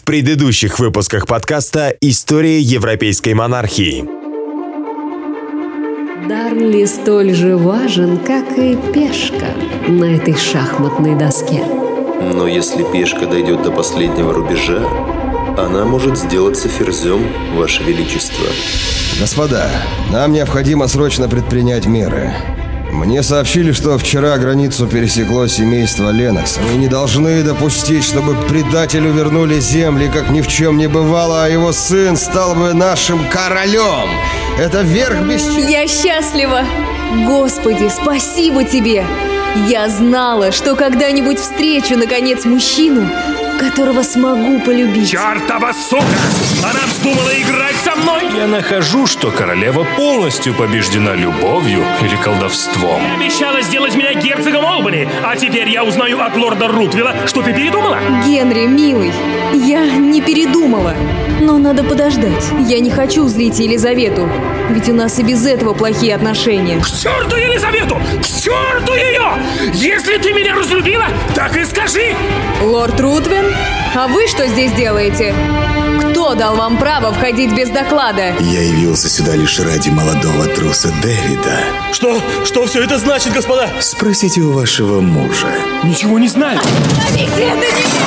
В предыдущих выпусках подкаста «История европейской монархии». Дарнли столь же важен, как и пешка на этой шахматной доске. Но если пешка дойдет до последнего рубежа, она может сделаться ферзем, Ваше Величество. Господа, нам необходимо срочно предпринять меры. Мне сообщили, что вчера границу пересекло семейство Леннокс. Мы не должны допустить, чтобы предателю вернули земли, как ни в чем не бывало, а его сын стал бы нашим королем. Это верх бесчестия. Я счастлива! Господи, спасибо тебе! Я знала, что когда-нибудь встречу, наконец, мужчину, которого смогу полюбить. Чёртова сука! Она вздумала играть со мной! Я нахожу, что королева полностью побеждена любовью или колдовством. Ты обещала сделать меня герцогом Олбани, а теперь я узнаю от лорда Рутвилла, что ты передумала? Генри, милый, я не передумала. Но надо подождать. Я не хочу злить Елизавету, ведь у нас и без этого плохие отношения. К черту Елизавету! К черту ее! Если ты меня разлюбила, так и скажи! Лорд Рутвилл, а вы что здесь делаете? Кто дал вам право входить без доклада? Я явился сюда лишь ради молодого труса Дэвида. Что все это значит, господа? Спросите у вашего мужа. Ничего не знаю. Остановите это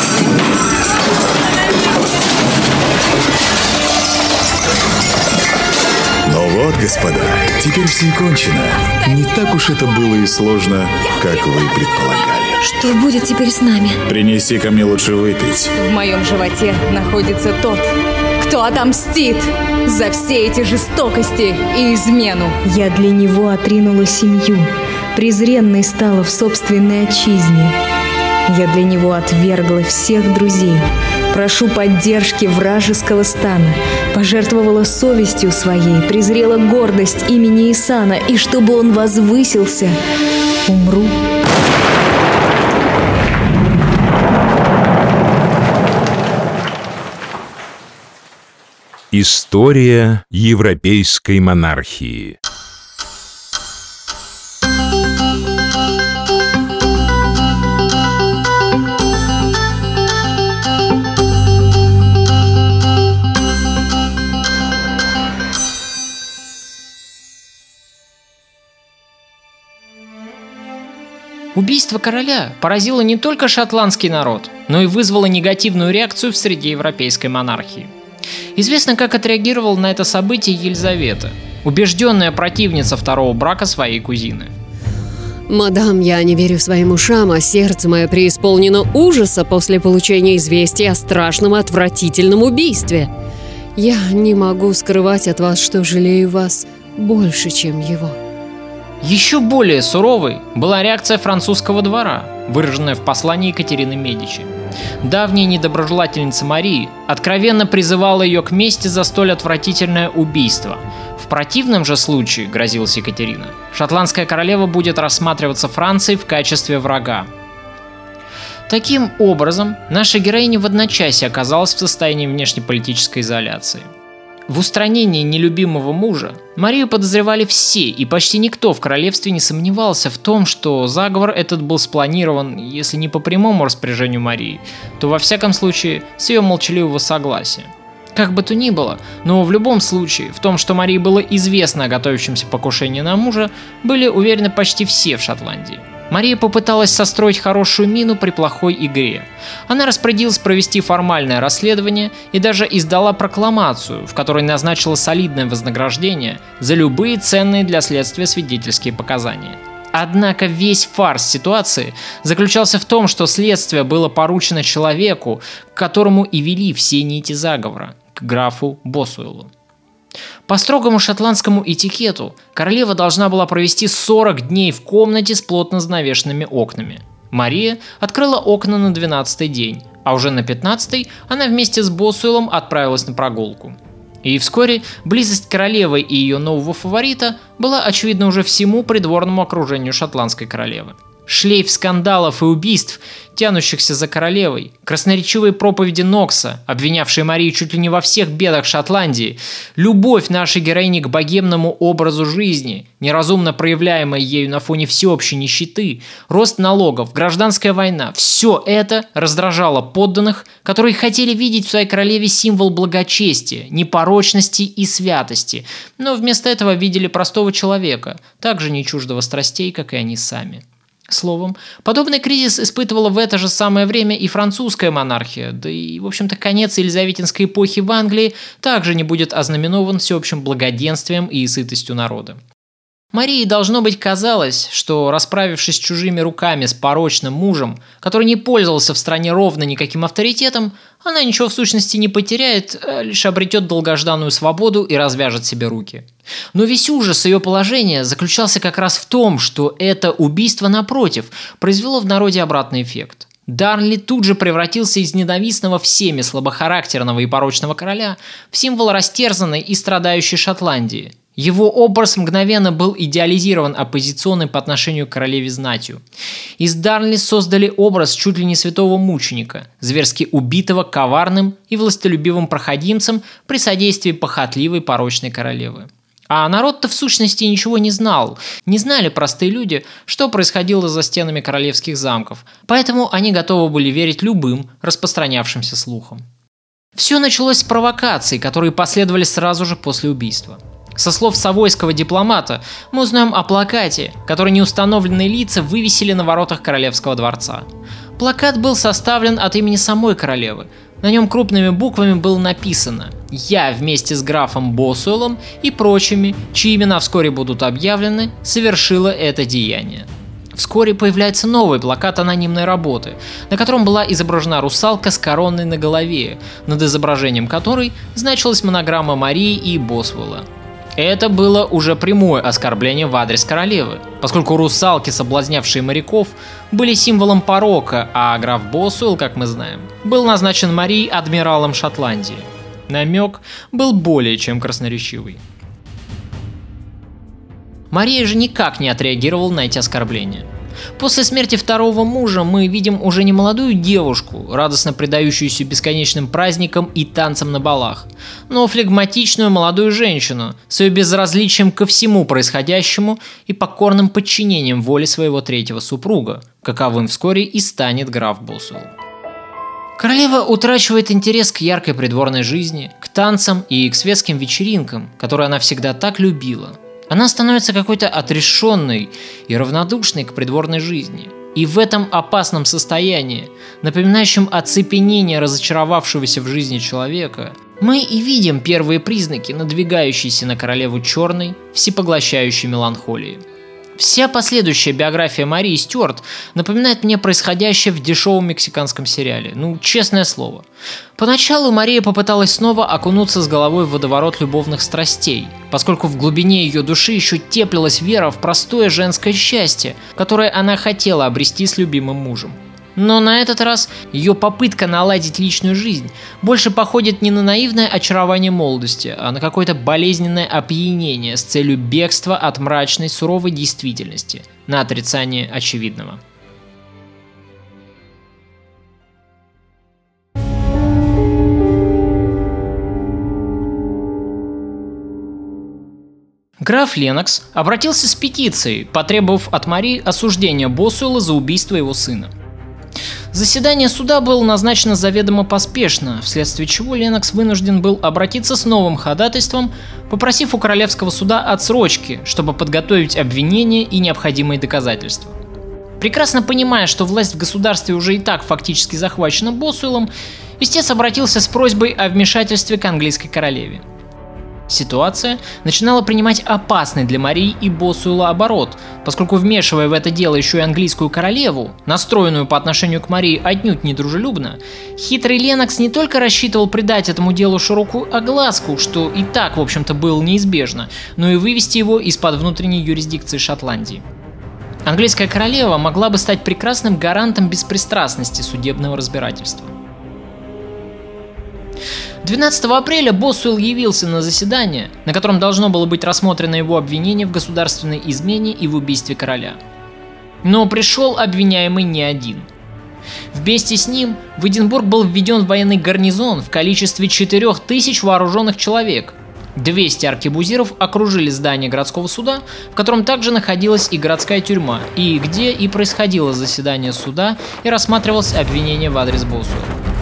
Ну вот, господа, теперь все кончено. Не так уж это было и сложно, как вы предполагали. Что будет теперь с нами? Принеси ко мне лучше выпить. В моем животе находится тот, кто отомстит за все эти жестокости и измену. Я для него отринула семью, презренной стала в собственной отчизне. Я для него отвергла всех друзей. Прошу поддержки вражеского стана. Пожертвовала совестью своей, презрела гордость имени Исана, и чтобы он возвысился, умру. История европейской монархии. Убийство короля поразило не только шотландский народ, но и вызвало негативную реакцию в среде европейской монархии. Известно, как отреагировала на это событие Елизавета, убежденная противница второго брака своей кузины. Мадам, я не верю своим ушам, а сердце мое преисполнено ужаса после получения известия о страшном и отвратительном убийстве. Я не могу скрывать от вас, что жалею вас больше, чем его. Еще более суровой была реакция французского двора, выраженная в послании Екатерины Медичи. Давняя недоброжелательница Марии откровенно призывала ее к мести за столь отвратительное убийство. В противном же случае, грозилась Екатерина, шотландская королева будет рассматриваться Францией в качестве врага. Таким образом, наша героиня в одночасье оказалась в состоянии внешнеполитической изоляции. В устранении нелюбимого мужа Марию подозревали все, и почти никто в королевстве не сомневался в том, что заговор этот был спланирован, если не по прямому распоряжению Марии, то во всяком случае с ее молчаливого согласия. Как бы то ни было, но в любом случае в том, что Марии было известно о готовящемся покушении на мужа, были уверены почти все в Шотландии. Мария попыталась состроить хорошую мину при плохой игре. Она распорядилась провести формальное расследование и даже издала прокламацию, в которой назначила солидное вознаграждение за любые ценные для следствия свидетельские показания. Однако весь фарс ситуации заключался в том, что следствие было поручено человеку, к которому и вели все нити заговора, к графу Босуэллу. По строгому шотландскому этикету королева должна была провести 40 дней в комнате с плотно занавешенными окнами. Мария открыла окна на 12-й день, а уже на 15-й она вместе с Босуэллом отправилась на прогулку. И вскоре близость королевы и ее нового фаворита была очевидна уже всему придворному окружению шотландской королевы. Шлейф скандалов и убийств, тянущихся за королевой, красноречивые проповеди Нокса, обвинявшие Марию чуть ли не во всех бедах Шотландии, любовь нашей героини к богемному образу жизни, неразумно проявляемая ею на фоне всеобщей нищеты, рост налогов, гражданская война – все это раздражало подданных, которые хотели видеть в своей королеве символ благочестия, непорочности и святости, но вместо этого видели простого человека, также не чуждого страстей, как и они сами. Словом, подобный кризис испытывала в это же самое время и французская монархия, да и, в общем-то, конец елизаветинской эпохи в Англии также не будет ознаменован всеобщим благоденствием и сытостью народа. Марии, должно быть, казалось, что, расправившись чужими руками с порочным мужем, который не пользовался в стране ровно никаким авторитетом, она ничего в сущности не потеряет, а лишь обретет долгожданную свободу и развяжет себе руки. Но весь ужас ее положения заключался как раз в том, что это убийство, напротив, произвело в народе обратный эффект. Дарнли тут же превратился из ненавистного всеми слабохарактерного и порочного короля в символ растерзанной и страдающей Шотландии. Его образ мгновенно был идеализирован оппозиционной по отношению к королеве знатью. Из Дарнли создали образ чуть ли не святого мученика, зверски убитого коварным и властолюбивым проходимцем при содействии похотливой порочной королевы. А народ-то в сущности ничего не знал. Не знали простые люди, что происходило за стенами королевских замков, поэтому они готовы были верить любым распространявшимся слухам. Все началось с провокаций, которые последовали сразу же после убийства. Со слов совойского дипломата мы узнаем о плакате, который неустановленные лица вывесили на воротах королевского дворца. Плакат был составлен от имени самой королевы. На нем крупными буквами было написано: «Я вместе с графом Босуэллом и прочими, чьи имена вскоре будут объявлены, совершила это деяние». Вскоре появляется новый плакат анонимной работы, на котором была изображена русалка с короной на голове, над изображением которой значилась монограмма Марии и Босуэлла. Это было уже прямое оскорбление в адрес королевы, поскольку русалки, соблазнявшие моряков, были символом порока, а граф Босуэлл, как мы знаем, был назначен Марией адмиралом Шотландии. Намек был более чем красноречивый. Мария же никак не отреагировала на эти оскорбления. После смерти второго мужа мы видим уже не молодую девушку, радостно предающуюся бесконечным праздникам и танцам на балах, но флегматичную молодую женщину с ее безразличием ко всему происходящему и покорным подчинением воле своего третьего супруга, каковым вскоре и станет граф Босуэлл. Королева утрачивает интерес к яркой придворной жизни, к танцам и к светским вечеринкам, которые она всегда так любила. Она становится какой-то отрешенной и равнодушной к придворной жизни. И в этом опасном состоянии, напоминающем оцепенение разочаровавшегося в жизни человека, мы и видим первые признаки надвигающейся на королеву черной, всепоглощающей меланхолии. Вся последующая биография Марии Стюарт напоминает мне происходящее в дешевом мексиканском сериале. Честное слово. Поначалу Мария попыталась снова окунуться с головой в водоворот любовных страстей, поскольку в глубине ее души еще теплилась вера в простое женское счастье, которое она хотела обрести с любимым мужем. Но на этот раз ее попытка наладить личную жизнь больше походит не на наивное очарование молодости, а на какое-то болезненное опьянение с целью бегства от мрачной, суровой действительности, на отрицание очевидного. Граф Леннокс обратился с петицией, потребовав от Марии осуждения Босуэлла за убийство его сына. Заседание суда было назначено заведомо поспешно, вследствие чего Леннокс вынужден был обратиться с новым ходатайством, попросив у королевского суда отсрочки, чтобы подготовить обвинение и необходимые доказательства. Прекрасно понимая, что власть в государстве уже и так фактически захвачена Босуэллом, истец обратился с просьбой о вмешательстве к английской королеве. Ситуация начинала принимать опасный для Марии и Босуэлла оборот, поскольку, вмешивая в это дело еще и английскую королеву, настроенную по отношению к Марии отнюдь недружелюбно, хитрый Леннокс не только рассчитывал придать этому делу широкую огласку, что и так, в общем-то, было неизбежно, но и вывести его из-под внутренней юрисдикции Шотландии. Английская королева могла бы стать прекрасным гарантом беспристрастности судебного разбирательства. 12 апреля Босуэлл явился на заседание, на котором должно было быть рассмотрено его обвинение в государственной измене и в убийстве короля. Но пришел обвиняемый не один. Вместе с ним в Эдинбург был введен военный гарнизон в количестве 4000 вооруженных человек. 200 аркебузиров окружили здание городского суда, в котором также находилась и городская тюрьма, и где и происходило заседание суда и рассматривалось обвинение в адрес Босуэлла.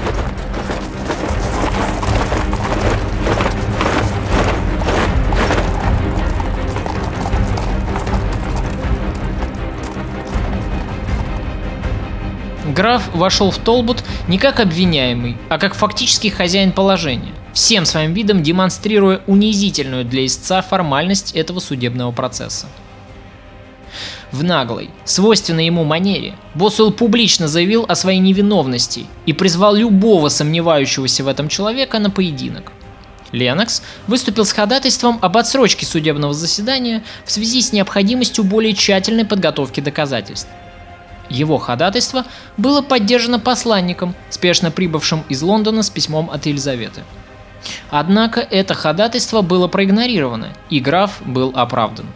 Граф вошел в Толбот не как обвиняемый, а как фактически хозяин положения, всем своим видом демонстрируя унизительную для истца формальность этого судебного процесса. В наглой, свойственной ему манере, Босуэлл публично заявил о своей невиновности и призвал любого сомневающегося в этом человека на поединок. Леннокс выступил с ходатайством об отсрочке судебного заседания в связи с необходимостью более тщательной подготовки доказательств. Его ходатайство было поддержано посланником, спешно прибывшим из Лондона с письмом от Елизаветы. Однако это ходатайство было проигнорировано, и граф был оправдан.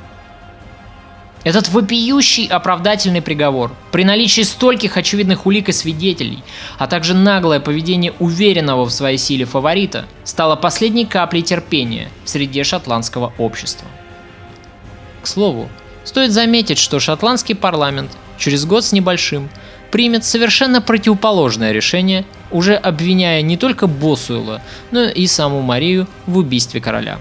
Этот вопиющий оправдательный приговор, при наличии стольких очевидных улик и свидетелей, а также наглое поведение уверенного в своей силе фаворита, стало последней каплей терпения в среде шотландского общества. К слову, стоит заметить, что шотландский парламент через год с небольшим примет совершенно противоположное решение, уже обвиняя не только Босуэлла, но и саму Марию в убийстве короля.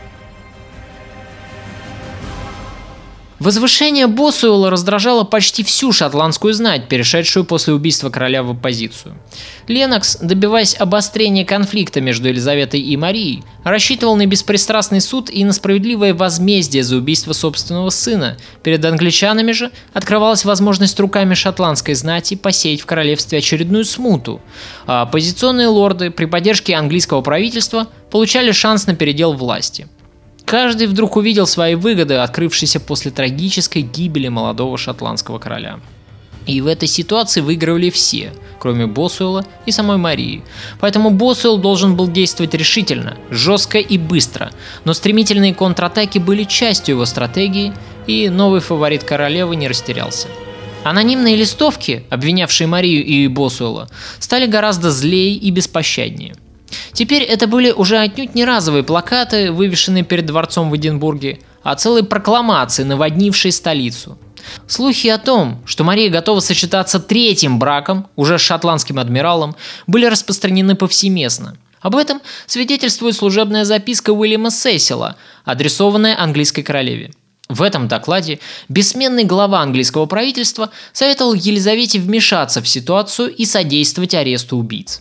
Возвышение Босуэлла раздражало почти всю шотландскую знать, перешедшую после убийства короля в оппозицию. Леннокс, добиваясь обострения конфликта между Елизаветой и Марией, рассчитывал на беспристрастный суд и на справедливое возмездие за убийство собственного сына. Перед англичанами же открывалась возможность руками шотландской знати посеять в королевстве очередную смуту, а оппозиционные лорды при поддержке английского правительства получали шанс на передел власти. Каждый вдруг увидел свои выгоды, открывшиеся после трагической гибели молодого шотландского короля. И в этой ситуации выигрывали все, кроме Босуэлла и самой Марии. Поэтому Босуэлл должен был действовать решительно, жестко и быстро, но стремительные контратаки были частью его стратегии, и новый фаворит королевы не растерялся. Анонимные листовки, обвинявшие Марию и Босуэлла, стали гораздо злее и беспощаднее. Теперь это были уже отнюдь не разовые плакаты, вывешенные перед дворцом в Эдинбурге, а целые прокламации, наводнившие столицу. Слухи о том, что Мария готова сочетаться третьим браком, уже с шотландским адмиралом, были распространены повсеместно. Об этом свидетельствует служебная записка Уильяма Сесила, адресованная английской королеве. В этом докладе бессменный глава английского правительства советовал Елизавете вмешаться в ситуацию и содействовать аресту убийц.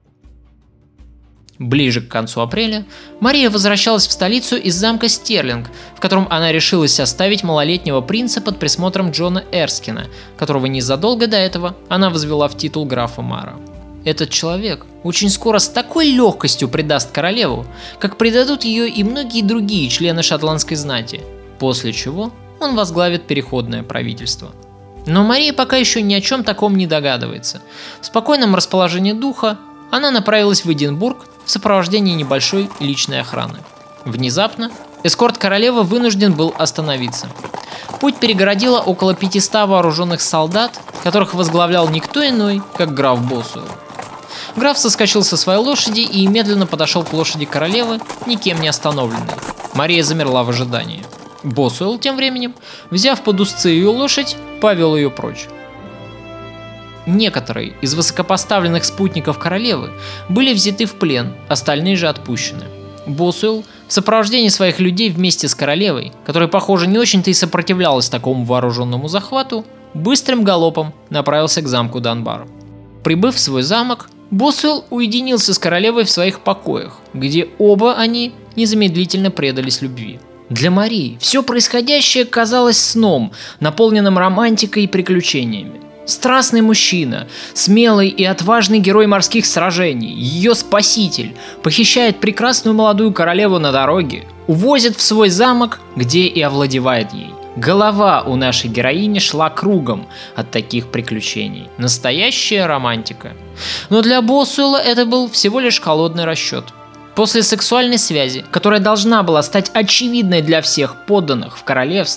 Ближе к концу апреля Мария возвращалась в столицу из замка Стерлинг, в котором она решилась оставить малолетнего принца под присмотром Джона Эрскина, которого незадолго до этого она возвела в титул графа Мара. Этот человек очень скоро с такой легкостью предаст королеву, как предадут ее и многие другие члены шотландской знати, после чего он возглавит переходное правительство. Но Мария пока еще ни о чем таком не догадывается. В спокойном расположении духа она направилась в Эдинбург в сопровождении небольшой личной охраны. Внезапно эскорт королевы вынужден был остановиться. Путь перегородило около 500 вооруженных солдат, которых возглавлял никто иной, как граф Босуэлл. Граф соскочил со своей лошади и медленно подошел к лошади королевы, никем не остановленной. Мария замерла в ожидании. Босуэлл тем временем, взяв под узцы ее лошадь, повел ее прочь. Некоторые из высокопоставленных спутников королевы были взяты в плен, остальные же отпущены. Босуэлл в сопровождении своих людей вместе с королевой, которая, похоже, не очень-то и сопротивлялась такому вооруженному захвату, быстрым галопом направился к замку Данбар. Прибыв в свой замок, Босуэлл уединился с королевой в своих покоях, где оба они незамедлительно предались любви. Для Марии все происходящее казалось сном, наполненным романтикой и приключениями. Страстный мужчина, смелый и отважный герой морских сражений, ее спаситель, похищает прекрасную молодую королеву на дороге, увозит в свой замок, где и овладевает ей. Голова у нашей героини шла кругом от таких приключений. Настоящая романтика. Но для Босуэлла это был всего лишь холодный расчет. После сексуальной связи, которая должна была стать очевидной для всех подданных в королевстве,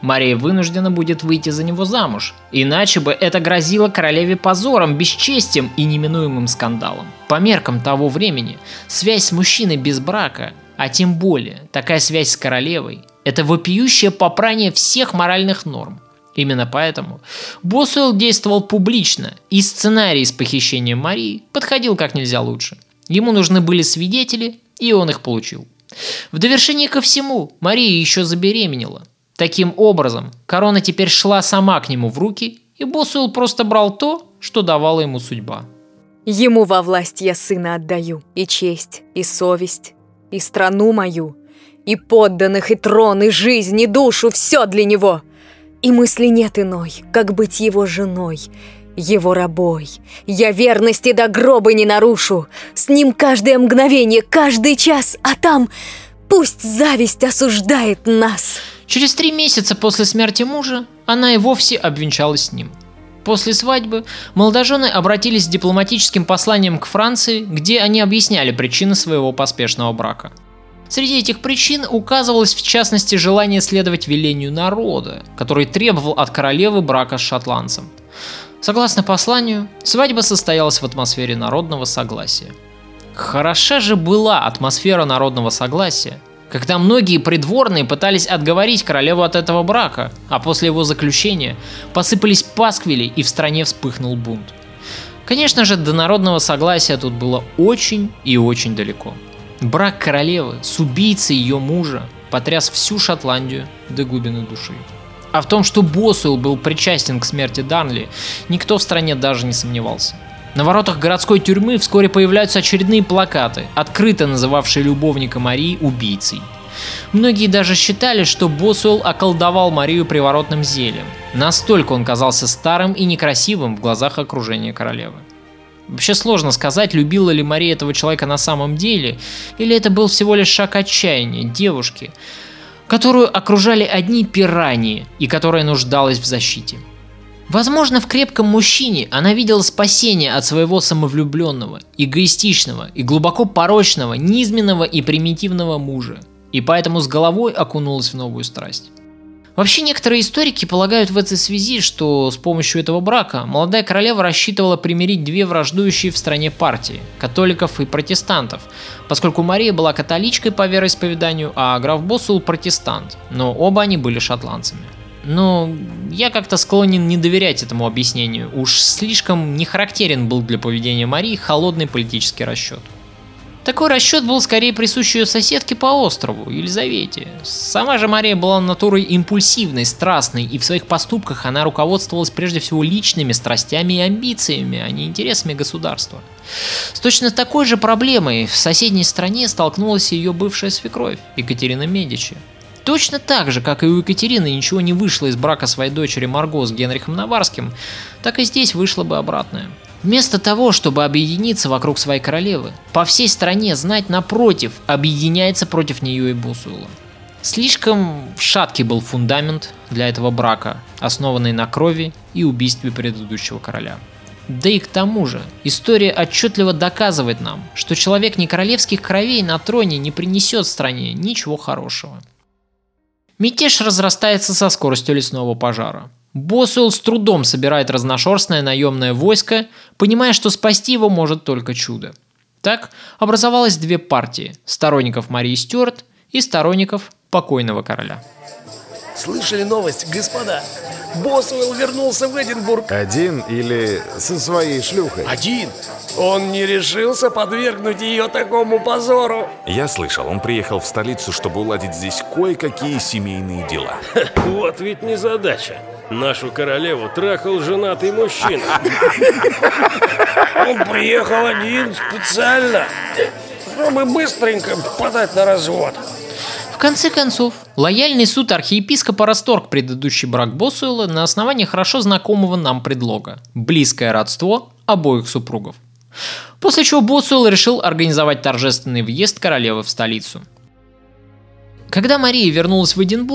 Мария вынуждена будет выйти за него замуж, иначе бы это грозило королеве позором, бесчестием и неминуемым скандалом. По меркам того времени, связь с мужчиной без брака, а тем более такая связь с королевой, это вопиющее попрание всех моральных норм. Именно поэтому Босуэлл действовал публично, и сценарий с похищением Марии подходил как нельзя лучше. Ему нужны были свидетели, и он их получил. В довершение ко всему, Мария еще забеременела. Таким образом, корона теперь шла сама к нему в руки, и Босуэлл просто брал то, что давала ему судьба. Ему во власть я сына отдаю, и честь, и совесть, и страну мою, и подданных, и трон, и жизнь, и душу, все для него. И мысли нет иной, как быть его женой, его рабой. Я верности до гроба не нарушу, с ним каждое мгновение, каждый час, а там пусть зависть осуждает нас. Через 3 месяца после смерти мужа она и вовсе обвенчалась с ним. После свадьбы молодожены обратились с дипломатическим посланием к Франции, где они объясняли причины своего поспешного брака. Среди этих причин указывалось в частности желание следовать велению народа, который требовал от королевы брака с шотландцем. Согласно посланию, свадьба состоялась в атмосфере народного согласия. Хороша же была атмосфера народного согласия, когда многие придворные пытались отговорить королеву от этого брака, а после его заключения посыпались пасквили и в стране вспыхнул бунт. Конечно же, до народного согласия тут было очень и очень далеко. Брак королевы с убийцей ее мужа потряс всю Шотландию до глубины души. А в том, что Босуэлл был причастен к смерти Дарнли, никто в стране даже не сомневался. На воротах городской тюрьмы вскоре появляются очередные плакаты, открыто называвшие любовника Марии убийцей. Многие даже считали, что Босуэлл околдовал Марию приворотным зельем. Настолько он казался старым и некрасивым в глазах окружения королевы. Вообще сложно сказать, любила ли Мария этого человека на самом деле, или это был всего лишь шаг отчаяния девушки, которую окружали одни пираньи и которая нуждалась в защите. Возможно, в крепком мужчине она видела спасение от своего самовлюбленного, эгоистичного и глубоко порочного, низменного и примитивного мужа, и поэтому с головой окунулась в новую страсть. Вообще, некоторые историки полагают в этой связи, что с помощью этого брака молодая королева рассчитывала примирить 2 враждующие в стране партии – католиков и протестантов, поскольку Мария была католичкой по вероисповеданию, а граф Босуэлл – протестант, но оба они были шотландцами. Но я как-то склонен не доверять этому объяснению, уж слишком нехарактерен был для поведения Марии холодный политический расчет. Такой расчет был скорее присущ ее соседке по острову, Елизавете. Сама же Мария была натурой импульсивной, страстной, и в своих поступках она руководствовалась прежде всего личными страстями и амбициями, а не интересами государства. С точно такой же проблемой в соседней стране столкнулась ее бывшая свекровь, Екатерина Медичи. Точно так же, как и у Екатерины ничего не вышло из брака своей дочери Марго с Генрихом Наварским, так и здесь вышло бы обратное. Вместо того, чтобы объединиться вокруг своей королевы, по всей стране знать напротив объединяется против нее и Босуэлла. Слишком шаткий был фундамент для этого брака, основанный на крови и убийстве предыдущего короля. Да и к тому же, история отчетливо доказывает нам, что человек не королевских кровей на троне не принесет стране ничего хорошего. Мятеж разрастается со скоростью лесного пожара. Босуэлл с трудом собирает разношерстное наемное войско, понимая, что спасти его может только чудо. Так образовалось 2 партии – сторонников Марии Стюарт и сторонников покойного короля. Слышали новость, господа? Босуэлл вернулся в Эдинбург. Один или со своей шлюхой? Один. Он не решился подвергнуть ее такому позору. Я слышал, он приехал в столицу, чтобы уладить здесь кое-какие семейные дела. Вот ведь незадача. Нашу королеву трахал женатый мужчина. Он приехал один специально, чтобы быстренько подать на развод. В конце концов, лояльный суд архиепископа расторг предыдущий брак Босуэлла на основании хорошо знакомого нам предлога – близкое родство обоих супругов. После чего Босуэлл решил организовать торжественный въезд королевы в столицу. Когда Мария вернулась в Эдинбург,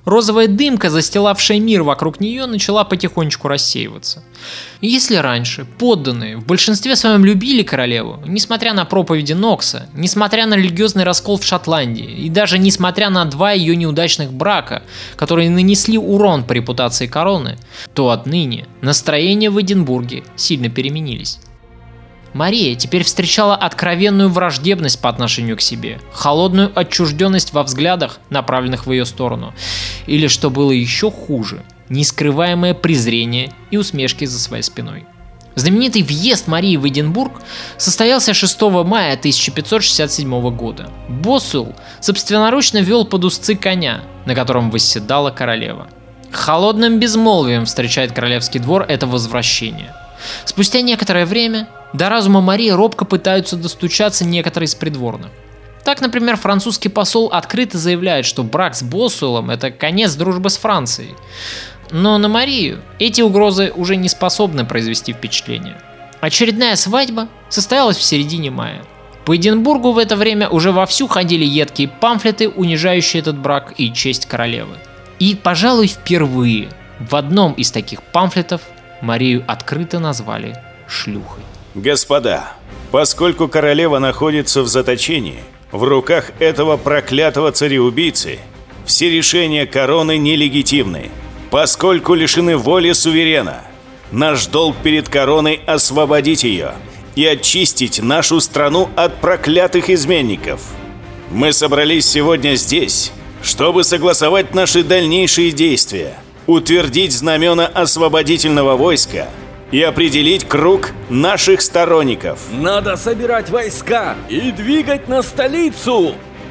розовая дымка, застилавшая мир вокруг нее, начала потихонечку рассеиваться. И если раньше подданные в большинстве своем любили королеву, несмотря на проповеди Нокса, несмотря на религиозный раскол в Шотландии и даже несмотря на 2 ее неудачных брака, которые нанесли урон по репутации короны, то отныне настроения в Эдинбурге сильно переменились. Мария теперь встречала откровенную враждебность по отношению к себе, холодную отчужденность во взглядах, направленных в ее сторону, или, что было еще хуже, нескрываемое презрение и усмешки за своей спиной. Знаменитый въезд Марии в Эдинбург состоялся 6 мая 1567 года. Босуэлл собственноручно вел под узцы коня, на котором восседала королева. Холодным безмолвием встречает королевский двор это возвращение. Спустя некоторое время до разума Марии робко пытаются достучаться некоторые из придворных. Так, например, французский посол открыто заявляет, что брак с Босуэллом – это конец дружбы с Францией. Но на Марию эти угрозы уже не способны произвести впечатление. Очередная свадьба состоялась в середине мая. По Эдинбургу в это время уже вовсю ходили едкие памфлеты, унижающие этот брак и честь королевы. И, пожалуй, впервые в одном из таких памфлетов Марию открыто назвали шлюхой. Господа, поскольку королева находится в заточении, в руках этого проклятого цареубийцы, все решения короны нелегитимны, поскольку лишены воли суверена. Наш долг перед короной освободить ее и очистить нашу страну от проклятых изменников. Мы собрались сегодня здесь, чтобы согласовать наши дальнейшие действия, утвердить знамена освободительного войска и определить круг наших сторонников. Надо собирать войска и двигать на столицу!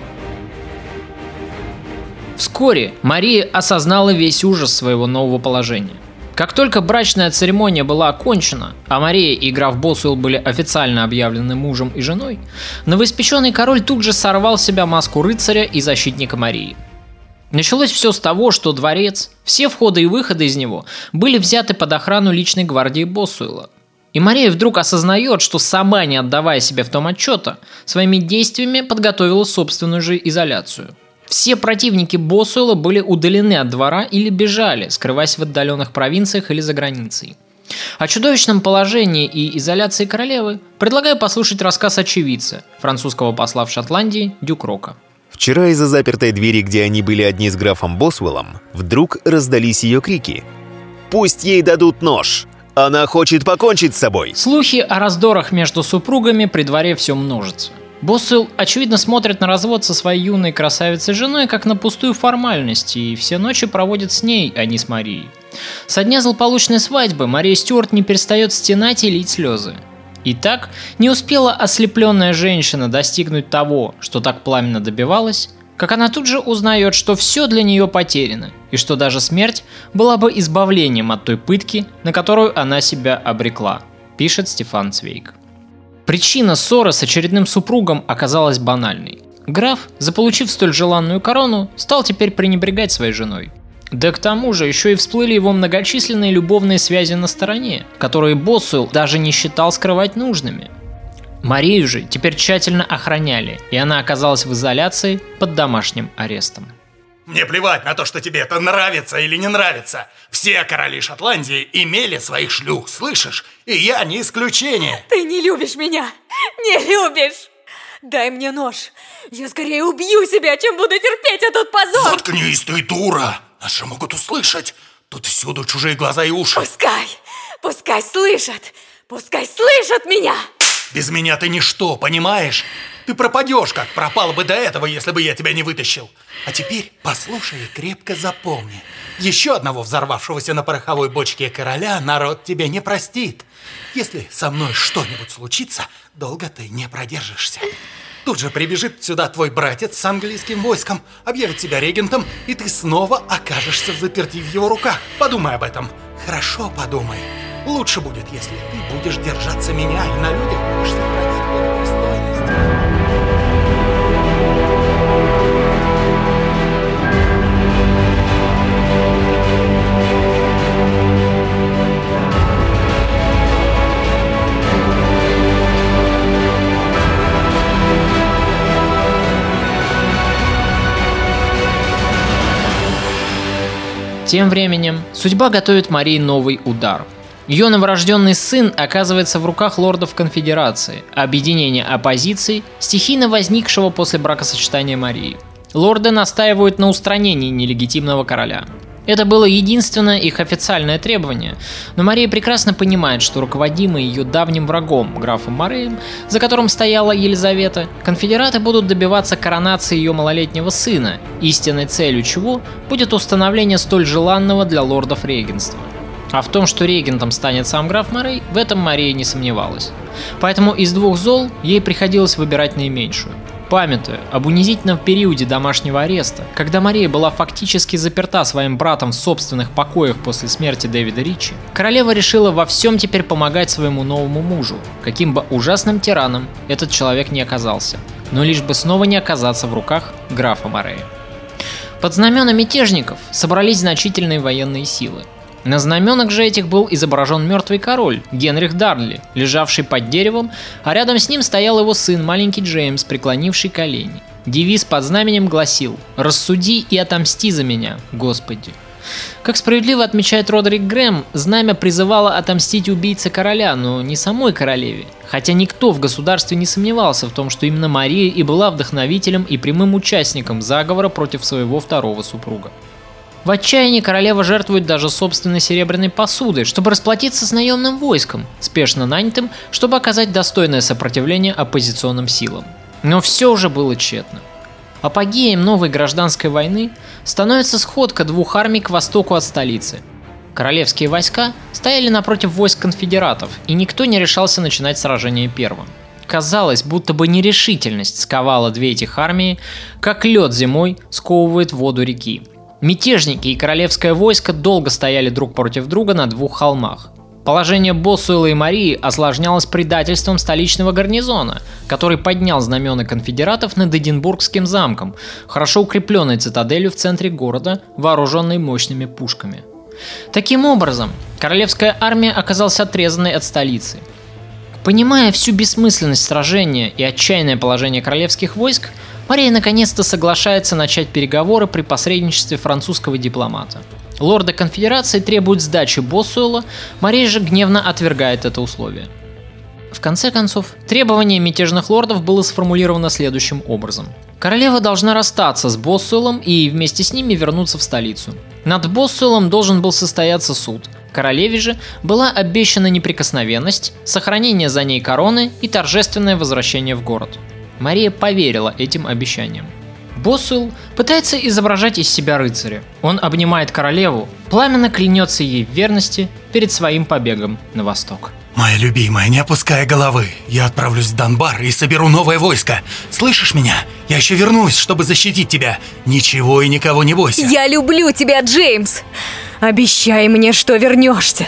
Вскоре Мария осознала весь ужас своего нового положения. Как только брачная церемония была окончена, а Мария и граф Босуэлл были официально объявлены мужем и женой, новоиспеченный король тут же сорвал с себя маску рыцаря и защитника Марии. Началось все с того, что дворец, все входы и выходы из него были взяты под охрану личной гвардии Босуэлла. И Мария вдруг осознает, что сама, не отдавая себе в том отчета, своими действиями подготовила собственную же изоляцию. Все противники Босуэлла были удалены от двора или бежали, скрываясь в отдаленных провинциях или за границей. О чудовищном положении и изоляции королевы предлагаю послушать рассказ очевидца, французского посла в Шотландии Дюк Рока. Вчера из-за запертой двери, где они были одни с графом Босуэллом, вдруг раздались ее крики. «Пусть ей дадут нож! Она хочет покончить с собой!» Слухи о раздорах между супругами при дворе все множатся. Босуэлл, очевидно, смотрит на развод со своей юной красавицей женой как на пустую формальность и все ночи проводит с ней, а не с Марией. Со дня злополучной свадьбы Мария Стюарт не перестает стенать и лить слезы. И так не успела ослепленная женщина достигнуть того, что так пламенно добивалась, как она тут же узнает, что все для нее потеряно, и что даже смерть была бы избавлением от той пытки, на которую она себя обрекла, пишет Стефан Цвейг. Причина ссоры с очередным супругом оказалась банальной. Граф, заполучив столь желанную корону, стал теперь пренебрегать своей женой. Да к тому же еще и всплыли его многочисленные любовные связи на стороне, которые Босуэлл даже не считал скрывать нужными. Марию же теперь тщательно охраняли, и она оказалась в изоляции под домашним арестом. Мне плевать на то, что тебе это нравится или не нравится. Все короли Шотландии имели своих шлюх, слышишь? И я не исключение. Ты не любишь меня, не любишь. Дай мне нож. Я скорее убью себя, чем буду терпеть этот позор. Заткнись, ты дура. Нас же могут услышать. Тут всюду чужие глаза и уши. Пускай слышат. Пускай слышат меня. Без меня ты ничто, понимаешь? Ты пропадешь, как пропал бы до этого, если бы я тебя не вытащил. А теперь послушай и крепко запомни. Еще одного взорвавшегося на пороховой бочке короля народ тебе не простит. Если со мной что-нибудь случится, долго ты не продержишься. Тут же прибежит сюда твой братец с английским войском, объявит себя регентом, и ты снова окажешься взаперти в его руках. Подумай об этом. Хорошо подумай. Лучше будет, если ты будешь держаться меня и на людях будешь сохранять благопристойность. Тем временем судьба готовит Марии новый удар. Ее новорожденный сын оказывается в руках лордов Конфедерации, объединения оппозиции, стихийно возникшего после бракосочетания Марии. Лорды настаивают на устранении нелегитимного короля. Это было единственное их официальное требование, но Мария прекрасно понимает, что руководимый ее давним врагом, графом Мореем, за которым стояла Елизавета, конфедераты будут добиваться коронации ее малолетнего сына, истинной целью чего будет установление столь желанного для лордов регенства. А в том, что регентом станет сам граф Морей, в этом Мария не сомневалась. Поэтому из двух зол ей приходилось выбирать наименьшую. Памятуя об унизительном периоде домашнего ареста, когда Мария была фактически заперта своим братом в собственных покоях после смерти Дэвида Ричи, королева решила во всем теперь помогать своему новому мужу, каким бы ужасным тираном этот человек не оказался, но лишь бы снова не оказаться в руках графа Морея. Под знамена мятежников собрались значительные военные силы. На знаменах же этих был изображен мертвый король Генрих Дарнли, лежавший под деревом, а рядом с ним стоял его сын, маленький Джеймс, преклонивший колени. Девиз под знаменем гласил: «Рассуди и отомсти за меня, Господи». Как справедливо отмечает Родерик Грэм, знамя призывало отомстить убийце короля, но не самой королеве, хотя никто в государстве не сомневался в том, что именно Мария и была вдохновителем и прямым участником заговора против своего второго супруга. В отчаянии королева жертвует даже собственной серебряной посудой, чтобы расплатиться с наемным войском, спешно нанятым, чтобы оказать достойное сопротивление оппозиционным силам. Но все уже было тщетно. Апогеем новой гражданской войны становится сходка двух армий к востоку от столицы. Королевские войска стояли напротив войск конфедератов, и никто не решался начинать сражение первым. Казалось, будто бы нерешительность сковала две этих армии, как лед зимой сковывает воду реки. Мятежники и королевское войско долго стояли друг против друга на двух холмах. Положение Боссуэлла и Марии осложнялось предательством столичного гарнизона, который поднял знамена конфедератов над Эдинбургским замком, хорошо укрепленной цитаделью в центре города, вооруженной мощными пушками. Таким образом, королевская армия оказалась отрезанной от столицы. Понимая всю бессмысленность сражения и отчаянное положение королевских войск, Мария наконец-то соглашается начать переговоры при посредничестве французского дипломата. Лорды конфедерации требуют сдачи Боссуэлла, Мария же гневно отвергает это условие. В конце концов, требование мятежных лордов было сформулировано следующим образом. Королева должна расстаться с Боссуэллом и вместе с ними вернуться в столицу. Над Боссуэллом должен был состояться суд. Королеве же была обещана неприкосновенность, сохранение за ней короны и торжественное возвращение в город. Мария поверила этим обещаниям. Боссуэлл пытается изображать из себя рыцаря. Он обнимает королеву, пламенно клянется ей в верности перед своим побегом на восток. Моя любимая, не опускай головы. Я отправлюсь в Донбар и соберу новое войско. Слышишь меня? Я еще вернусь, чтобы защитить тебя. Ничего и никого не бойся. Я люблю тебя, Джеймс. Обещай мне, что вернешься.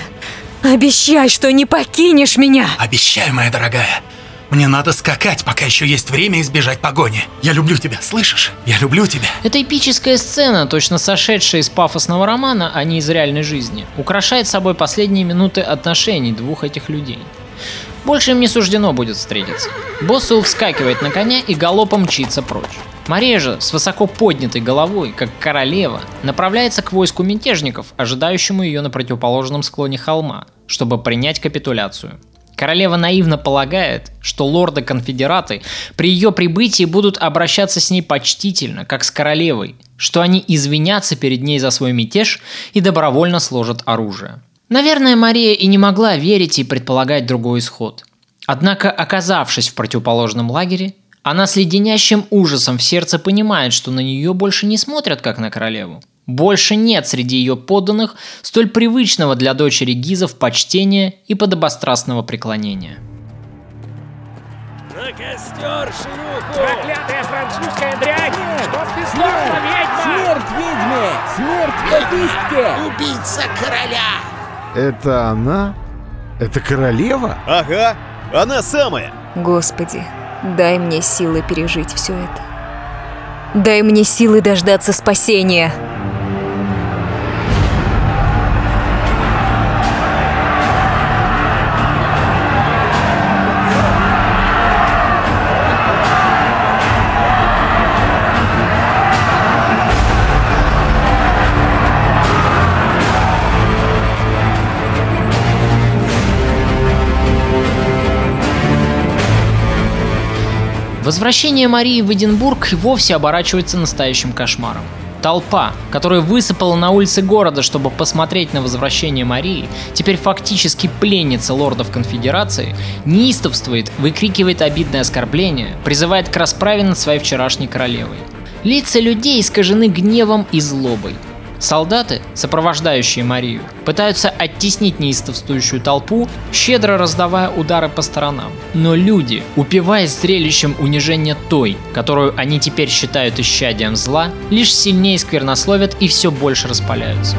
Обещай, что не покинешь меня. Обещаю, моя дорогая. Мне надо скакать, пока еще есть время избежать погони. Я люблю тебя, слышишь? Я люблю тебя. Эта эпическая сцена, точно сошедшая из пафосного романа, а не из реальной жизни, украшает собой последние минуты отношений двух этих людей. Больше им не суждено будет встретиться. Боссуэлл вскакивает на коня и галопом мчится прочь. Мария же, с высоко поднятой головой, как королева, направляется к войску мятежников, ожидающему ее на противоположном склоне холма, чтобы принять капитуляцию. Королева наивно полагает, что лорды-конфедераты при ее прибытии будут обращаться с ней почтительно, как с королевой, что они извинятся перед ней за свой мятеж и добровольно сложат оружие. Наверное, Мария и не могла верить и предполагать другой исход. Однако, оказавшись в противоположном лагере, она с леденящим ужасом в сердце понимает, что на нее больше не смотрят, как на королеву. Больше нет среди ее подданных столь привычного для дочери Гизов почтения и подобострастного преклонения. На костер, шлюху! Проклятая французская дрянь! Чтоб ты сдохла, ведьма! Смерть ведьме! Смерть попистке! Убийца короля! Это она? Это королева? Ага, она самая! Господи, дай мне силы пережить все это. Дай мне силы дождаться спасения. Возвращение Марии в Эдинбург и вовсе оборачивается настоящим кошмаром. Толпа, которая высыпала на улицы города, чтобы посмотреть на возвращение Марии, теперь фактически пленница лордов конфедерации, неистовствует, выкрикивает обидные оскорбления, призывает к расправе над своей вчерашней королевой. Лица людей искажены гневом и злобой. Солдаты, сопровождающие Марию, пытаются оттеснить неистовствующую толпу, щедро раздавая удары по сторонам. Но люди, упиваясь зрелищем унижения той, которую они теперь считают исчадием зла, лишь сильнее сквернословят и все больше распаляются.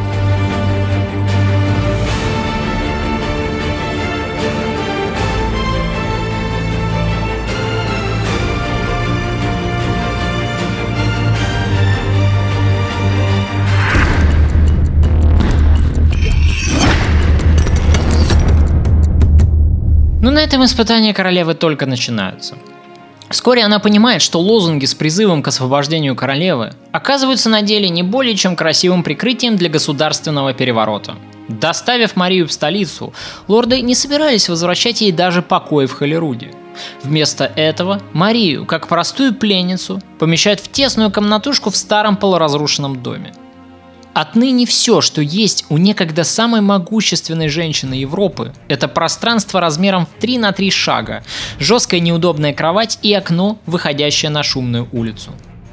Но на этом испытания королевы только начинаются. Вскоре она понимает, что лозунги с призывом к освобождению королевы оказываются на деле не более чем красивым прикрытием для государственного переворота. Доставив Марию в столицу, лорды не собирались возвращать ей даже покой в Холлируде. Вместо этого Марию, как простую пленницу, помещают в тесную комнатушку в старом полуразрушенном доме. Отныне все, что есть у некогда самой могущественной женщины Европы, это пространство размером в 3 на 3 шага, жесткая неудобная кровать и окно, выходящее на шумную улицу.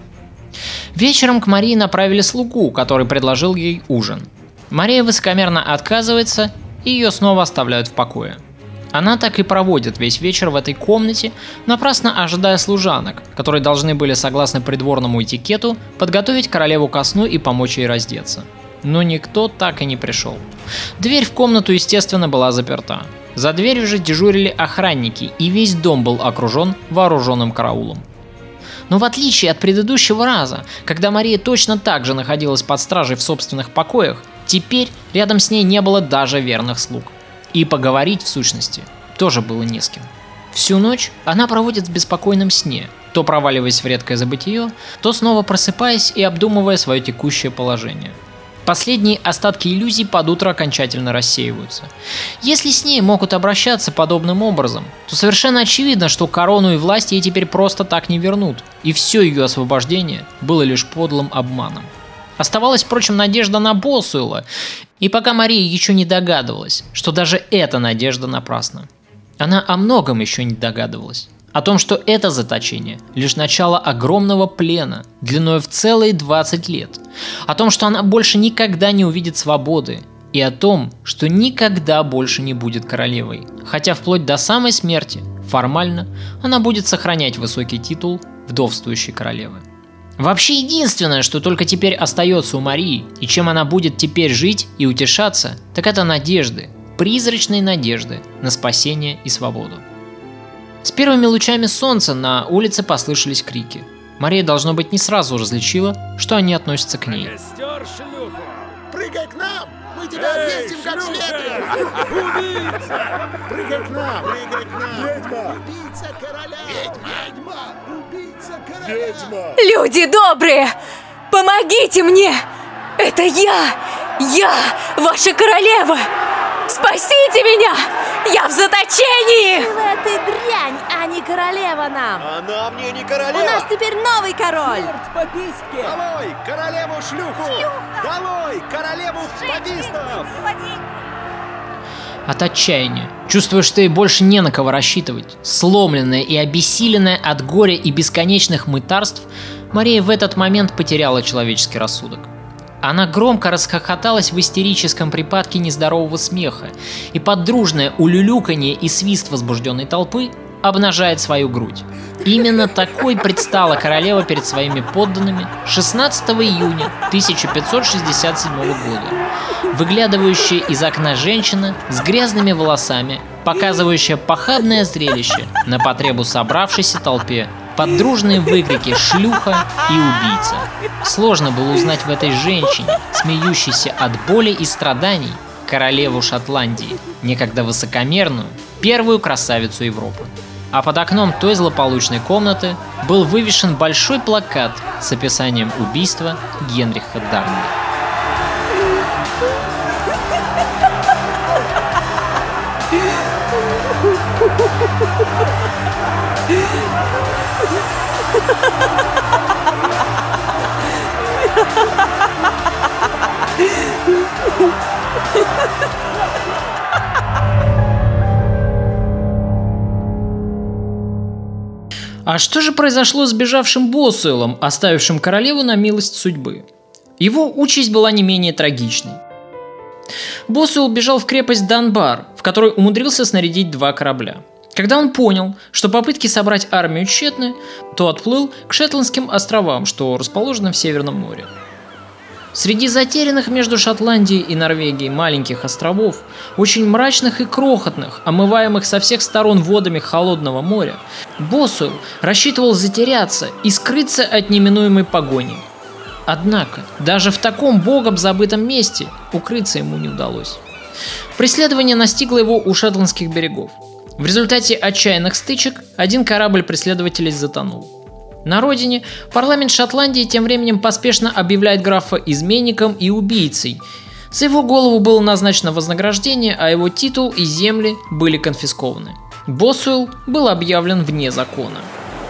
Вечером к Марии направили слугу, который предложил ей ужин. Мария высокомерно отказывается, и ее снова оставляют в покое. Она так и проводит весь вечер в этой комнате, напрасно ожидая служанок, которые должны были, согласно придворному этикету, подготовить королеву ко сну и помочь ей раздеться. Но никто так и не пришел. Дверь в комнату, естественно, была заперта. За дверью же дежурили охранники, и весь дом был окружен вооруженным караулом. Но в отличие от предыдущего раза, когда Мария точно так же находилась под стражей в собственных покоях, теперь рядом с ней не было даже верных слуг. И поговорить, в сущности, тоже было не с кем. Всю ночь она проводит в беспокойном сне, то проваливаясь в редкое забытье, то снова просыпаясь и обдумывая свое текущее положение. Последние остатки иллюзий под утро окончательно рассеиваются. Если с ней могут обращаться подобным образом, то совершенно очевидно, что корону и власть ей теперь просто так не вернут, и все ее освобождение было лишь подлым обманом. Оставалась, впрочем, надежда на Босуэлла, и пока Мария еще не догадывалась, что даже эта надежда напрасна. Она о многом еще не догадывалась. О том, что это заточение – лишь начало огромного плена, длиной в целые 20 лет. О том, что она больше никогда не увидит свободы. И о том, что никогда больше не будет королевой. Хотя вплоть до самой смерти, формально, она будет сохранять высокий титул вдовствующей королевы. Вообще единственное, что только теперь остается у Марии, и чем она будет теперь жить и утешаться, так это надежды, призрачные надежды на спасение и свободу. С первыми лучами солнца на улице послышались крики. Мария, должно быть, не сразу различила, что они относятся к ней. Прыгай к нам! Мы тебя ответим как следует! Убийца! Прыгай к нам! Прыгай к нам! Ведьма! Убийца короля! Ведьма! Убийца короля! Ведьма! Люди добрые! Помогите мне! Это я, ваша королева! Спасите меня! Я в заточении! Ты в этой дрянь, а не королева нам! Она мне не королева! У нас теперь новый король! Смерть попистке! Долой королеву-шлюху! Долой королеву-попистов! От отчаяния, чувствуя, что ей больше не на кого рассчитывать, сломленная и обессиленная от горя и бесконечных мытарств, Мария в этот момент потеряла человеческий рассудок. Она громко расхохоталась в истерическом припадке нездорового смеха, и под дружное улюлюканье и свист возбужденной толпы обнажает свою грудь. Именно такой предстала королева перед своими подданными 16 июня 1567 года. Выглядывающая из окна женщина с грязными волосами, показывающая похабное зрелище на потребу собравшейся толпе под дружные выкрики «шлюха» и «убийца». Сложно было узнать в этой женщине, смеющейся от боли и страданий, королеву Шотландии, некогда высокомерную, первую красавицу Европы. А под окном той злополучной комнаты был вывешен большой плакат с описанием убийства Генриха Дарнли. Yeah. А что же произошло с бежавшим Босуэлом, оставившим королеву на милость судьбы? Его участь была не менее трагичной. Босуэл бежал в крепость Данбар, в которой умудрился снарядить 2 корабля. Когда он понял, что попытки собрать армию тщетны, то отплыл к Шетландским островам, что расположены в Северном море. Среди затерянных между Шотландией и Норвегией маленьких островов, очень мрачных и крохотных, омываемых со всех сторон водами холодного моря, Босуэл рассчитывал затеряться и скрыться от неминуемой погони. Однако, даже в таком богом забытом месте укрыться ему не удалось. Преследование настигло его у шотландских берегов. В результате отчаянных стычек один корабль преследователей затонул. На родине парламент Шотландии тем временем поспешно объявляет графа изменником и убийцей. За его голову было назначено вознаграждение, а его титул и земли были конфискованы. Босуэл был объявлен вне закона.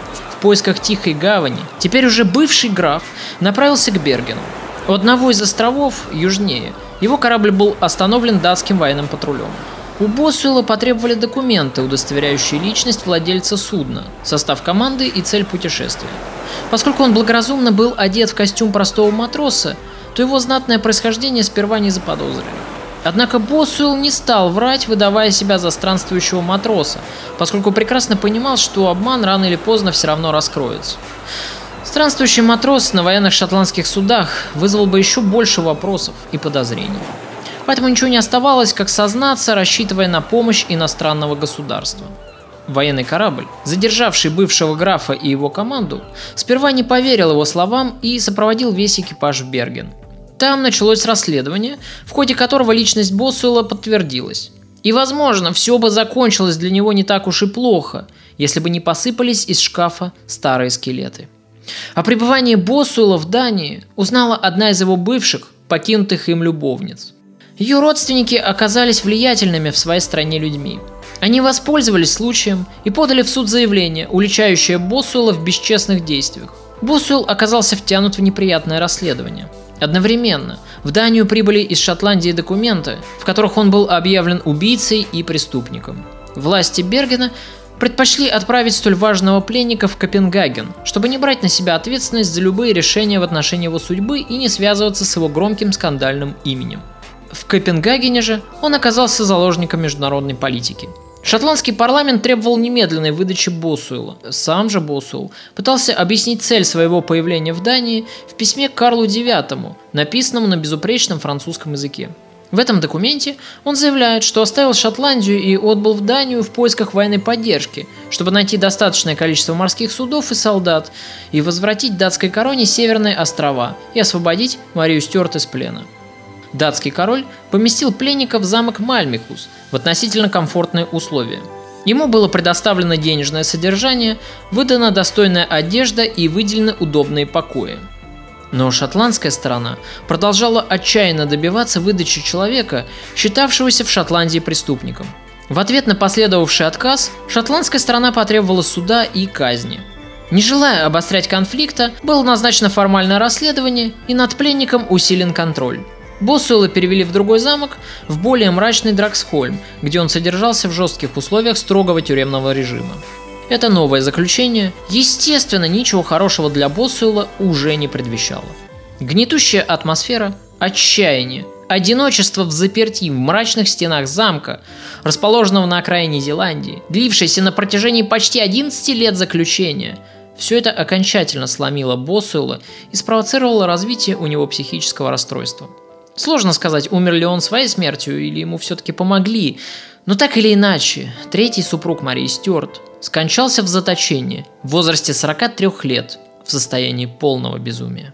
В поисках тихой гавани, теперь уже бывший граф направился к Бергену. У одного из островов, южнее, его корабль был остановлен датским военным патрулем. У Босуэла потребовали документы, удостоверяющие личность владельца судна, состав команды и цель путешествия. Поскольку он благоразумно был одет в костюм простого матроса, то его знатное происхождение сперва не заподозрили. Однако Босуэл не стал врать, выдавая себя за странствующего матроса, поскольку прекрасно понимал, что обман рано или поздно все равно раскроется. Странствующий матрос на военных шотландских судах вызвал бы еще больше вопросов и подозрений. Поэтому ничего не оставалось, как сознаться, рассчитывая на помощь иностранного государства. Военный корабль, задержавший бывшего графа и его команду, сперва не поверил его словам и сопроводил весь экипаж в Берген. Там началось расследование, в ходе которого личность Босуэла подтвердилась. И, возможно, все бы закончилось для него не так уж и плохо, если бы не посыпались из шкафа старые скелеты. О пребывании Босуэла в Дании узнала одна из его бывших, покинутых им любовниц. Ее родственники оказались влиятельными в своей стране людьми. Они воспользовались случаем и подали в суд заявление, уличающее Босуэла в бесчестных действиях. Босуэл оказался втянут в неприятное расследование. Одновременно в Данию прибыли из Шотландии документы, в которых он был объявлен убийцей и преступником. Власти Бергена предпочли отправить столь важного пленника в Копенгаген, чтобы не брать на себя ответственность за любые решения в отношении его судьбы и не связываться с его громким скандальным именем. В Копенгагене же он оказался заложником международной политики. Шотландский парламент требовал немедленной выдачи Босуэла. Сам же Босуэл пытался объяснить цель своего появления в Дании в письме к Карлу IX, написанном на безупречном французском языке. В этом документе он заявляет, что оставил Шотландию и отбыл в Данию в поисках военной поддержки, чтобы найти достаточное количество морских судов и солдат и возвратить датской короне Северные острова и освободить Марию Стюарт из плена. Датский король поместил пленника в замок Мальмихус в относительно комфортные условия. Ему было предоставлено денежное содержание, выдана достойная одежда и выделены удобные покои. Но шотландская сторона продолжала отчаянно добиваться выдачи человека, считавшегося в Шотландии преступником. В ответ на последовавший отказ, шотландская сторона потребовала суда и казни. Не желая обострять конфликта, было назначено формальное расследование, и над пленником усилен контроль. Босуэла перевели в другой замок, в более мрачный Драксхольм, где он содержался в жестких условиях строгого тюремного режима. Это новое заключение, естественно, ничего хорошего для Босуэла уже не предвещало. Гнетущая атмосфера, отчаяние, одиночество взаперти в мрачных стенах замка, расположенного на окраине Зеландии, длившееся на протяжении почти 11 лет заключения – все это окончательно сломило Босуэла и спровоцировало развитие у него психического расстройства. Сложно сказать, умер ли он своей смертью или ему все-таки помогли, но так или иначе, третий супруг Марии Стюарт скончался в заточении в возрасте 43 лет в состоянии полного безумия.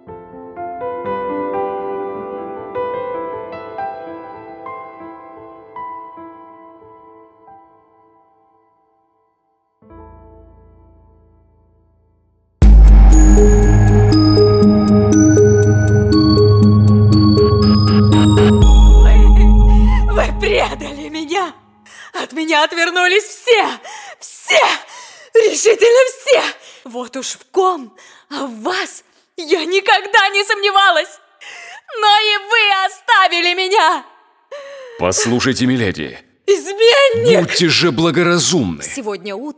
От меня отвернулись все, решительно все. Вот уж в ком, а в вас я никогда не сомневалась. Но и вы оставили меня. Послушайте, миледи. Изменник! Будьте же благоразумны. Сегодня утром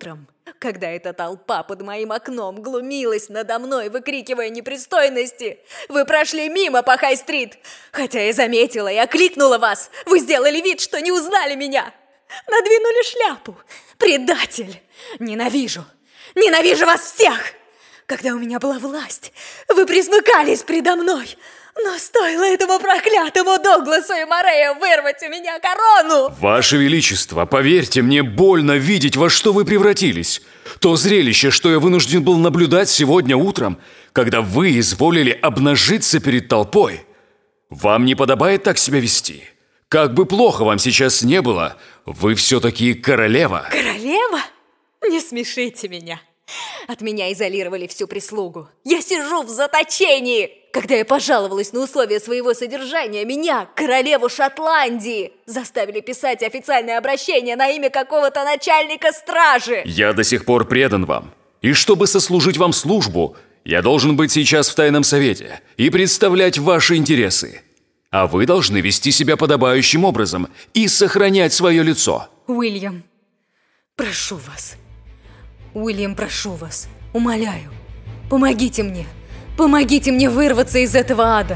Когда эта толпа под моим окном глумилась надо мной, выкрикивая непристойности, вы прошли мимо по Хай-стрит. Хотя я заметила и окликнула вас, вы сделали вид, что не узнали меня. Надвинули шляпу. Предатель! Ненавижу! Ненавижу вас всех! Когда у меня была власть, вы присмыкались предо мной. Но стоило этому проклятому Дугласу и Морею вырвать у меня корону! Ваше Величество, поверьте, мне больно видеть, во что вы превратились. То зрелище, что я вынужден был наблюдать сегодня утром, когда вы изволили обнажиться перед толпой. Вам не подобает так себя вести. Как бы плохо вам сейчас не было, вы все-таки королева. Королева? Не смешите меня. От меня изолировали всю прислугу. Я сижу в заточении. Когда я пожаловалась на условия своего содержания, меня, королеву Шотландии, заставили писать официальное обращение на имя какого-то начальника стражи. Я до сих пор предан вам. И чтобы сослужить вам службу, я должен быть сейчас в тайном совете и представлять ваши интересы. А вы должны вести себя подобающим образом и сохранять свое лицо. Уильям, прошу вас. Уильям, прошу вас, умоляю, помогите мне. Помогите мне вырваться из этого ада.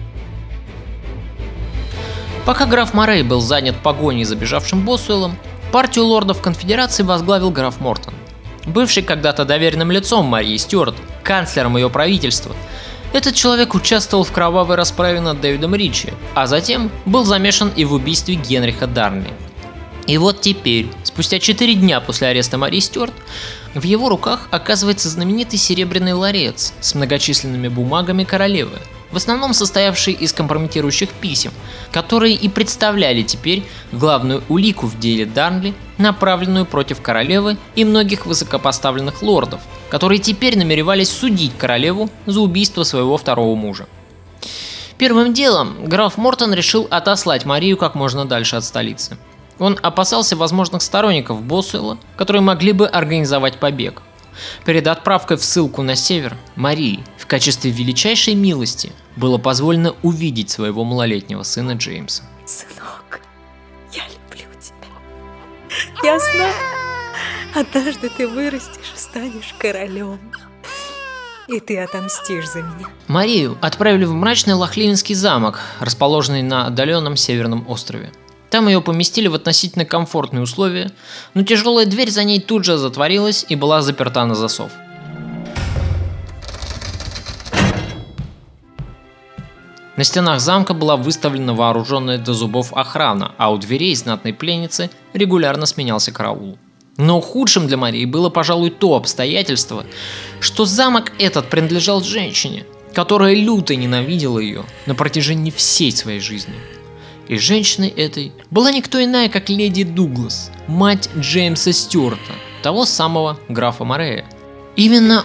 Пока граф Морей был занят погоней за бежавшим Босуэллом, партию лордов конфедерации возглавил граф Мортон. Бывший когда-то доверенным лицом Марии Стюарт, канцлером ее правительства, этот человек участвовал в кровавой расправе над Дэвидом Ричи, а затем был замешан и в убийстве Генриха Дарнли. И вот теперь, спустя 4 дня после ареста Марии Стюарт, в его руках оказывается знаменитый серебряный ларец с многочисленными бумагами королевы, в основном состоявший из компрометирующих писем, которые и представляли теперь главную улику в деле Дарнли, направленную против королевы и многих высокопоставленных лордов, которые теперь намеревались судить королеву за убийство своего второго мужа. Первым делом граф Мортон решил отослать Марию как можно дальше от столицы. Он опасался возможных сторонников Босуэлла, которые могли бы организовать побег. Перед отправкой в ссылку на север Марии в качестве величайшей милости было позволено увидеть своего малолетнего сына Джеймса. Сынок, я люблю тебя. Я знаю, однажды ты вырастешь и станешь королем. И ты отомстишь за меня. Марию отправили в мрачный Лохливенский замок, расположенный на отдаленном северном острове. Там ее поместили в относительно комфортные условия, но тяжелая дверь за ней тут же затворилась и была заперта на засов. На стенах замка была выставлена вооруженная до зубов охрана, а у дверей знатной пленницы регулярно сменялся караул. Но худшим для Марии было, пожалуй, то обстоятельство, что замок этот принадлежал женщине, которая люто ненавидела ее на протяжении всей своей жизни. И женщиной этой была никто иная, как леди Дуглас, мать Джеймса Стюарта, того самого графа Морея. Именно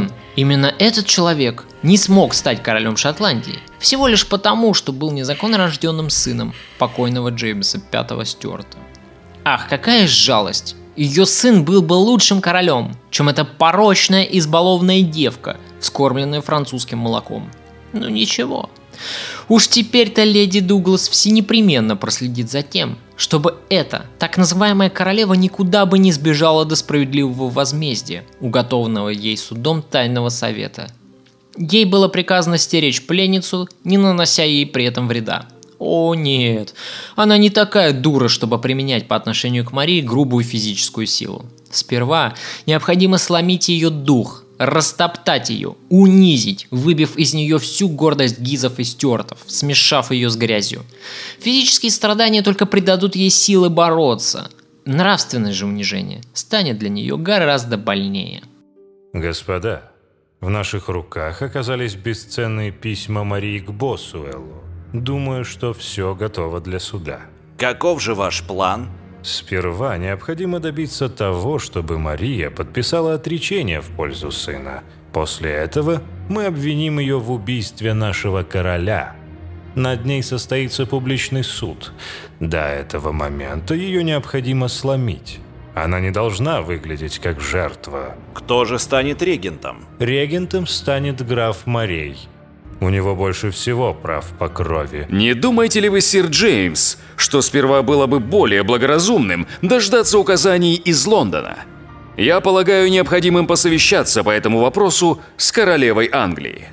этот человек не смог стать королем Шотландии, всего лишь потому, что был незаконно рожденным сыном покойного Джеймса V Стюарта. Ах, какая жалость! Ее сын был бы лучшим королем, чем эта порочная избалованная девка, вскормленная французским молоком. Ну ничего. Уж теперь-то леди Дуглас всенепременно проследит за тем, чтобы эта так называемая королева никуда бы не сбежала до справедливого возмездия, уготованного ей судом тайного совета. Ей было приказано стеречь пленницу, не нанося ей при этом вреда. О нет, она не такая дура, чтобы применять по отношению к Марии грубую физическую силу. Сперва необходимо сломить ее дух, растоптать ее, унизить, выбив из нее всю гордость Гизов и Стюартов, смешав ее с грязью. Физические страдания только придадут ей силы бороться. Нравственное же унижение станет для нее гораздо больнее. Господа, в наших руках оказались бесценные письма Марии к Босуэллу. Думаю, что все готово для суда. Каков же ваш план? Сперва необходимо добиться того, чтобы Мария подписала отречение в пользу сына. После этого мы обвиним ее в убийстве нашего короля. Над ней состоится публичный суд. До этого момента ее необходимо сломить. Она не должна выглядеть как жертва. Кто же станет регентом? Регентом станет граф Морей. У него больше всего прав по крови. Не думаете ли вы, сир Джеймс, что сперва было бы более благоразумным дождаться указаний из Лондона? Я полагаю, необходимым посовещаться по этому вопросу с королевой Англии.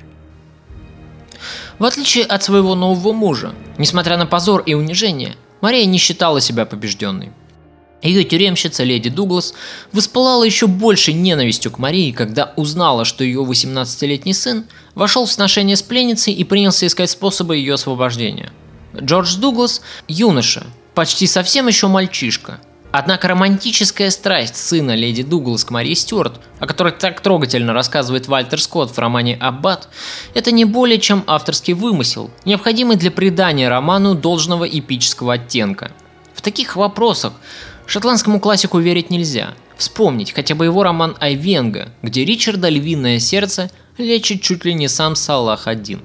В отличие от своего нового мужа, несмотря на позор и унижение, Мария не считала себя побежденной. Ее тюремщица леди Дуглас воспылала еще большей ненавистью к Марии, когда узнала, что ее 18-летний сын вошел в сношение с пленницей и принялся искать способы ее освобождения. Джордж Дуглас – юноша, почти совсем еще мальчишка. Однако романтическая страсть сына леди Дуглас к Марии Стюарт, о которой так трогательно рассказывает Вальтер Скотт в романе «Аббат», это не более чем авторский вымысел, необходимый для придания роману должного эпического оттенка. В таких вопросах шотландскому классику верить нельзя. Вспомнить хотя бы его роман «Айвенго», где Ричарда львиное сердце лечит чуть ли не сам Салах ад-Дин.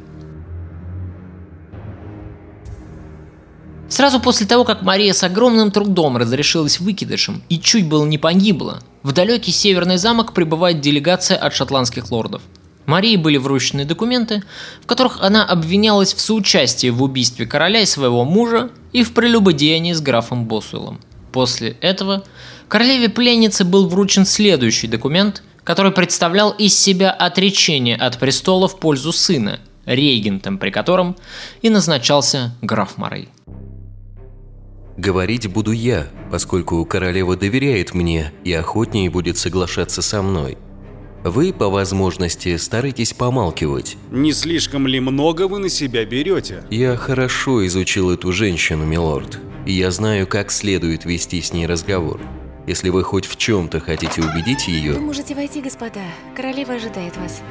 Сразу после того, как Мария с огромным трудом разрешилась выкидышем и чуть было не погибла, в далекий северный замок прибывает делегация от шотландских лордов. Марии были вручены документы, в которых она обвинялась в соучастии в убийстве короля и своего мужа и в прелюбодеянии с графом Босуэллом. После этого королеве-пленнице был вручен следующий документ, который представлял из себя отречение от престола в пользу сына, регентом при котором и назначался граф Морей. Говорить буду я, поскольку королева доверяет мне и охотнее будет соглашаться со мной. Вы, по возможности, старайтесь помалкивать. Не слишком ли много вы на себя берете? Я хорошо изучил эту женщину, милорд, и я знаю, как следует вести с ней разговор. Если вы хоть в чем-то хотите убедить ее... Вы можете войти, господа. Королева ожидает вас.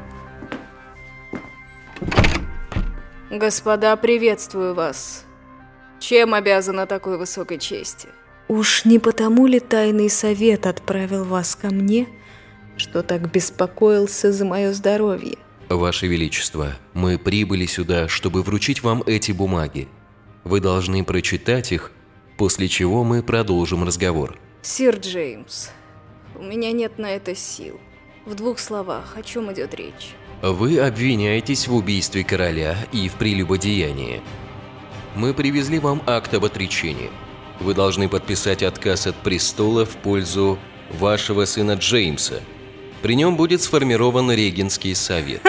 Господа, приветствую вас. Чем обязана такой высокой чести? Уж не потому ли тайный совет отправил вас ко мне, что так беспокоился за мое здоровье? Ваше Величество, мы прибыли сюда, чтобы вручить вам эти бумаги. Вы должны прочитать их, после чего мы продолжим разговор. Сир Джеймс, у меня нет на это сил. В 2 словах, о чем идет речь? Вы обвиняетесь в убийстве короля и в прелюбодеянии. Мы привезли вам акт об отречении. Вы должны подписать отказ от престола в пользу вашего сына Джеймса. При нем будет сформирован регентский совет.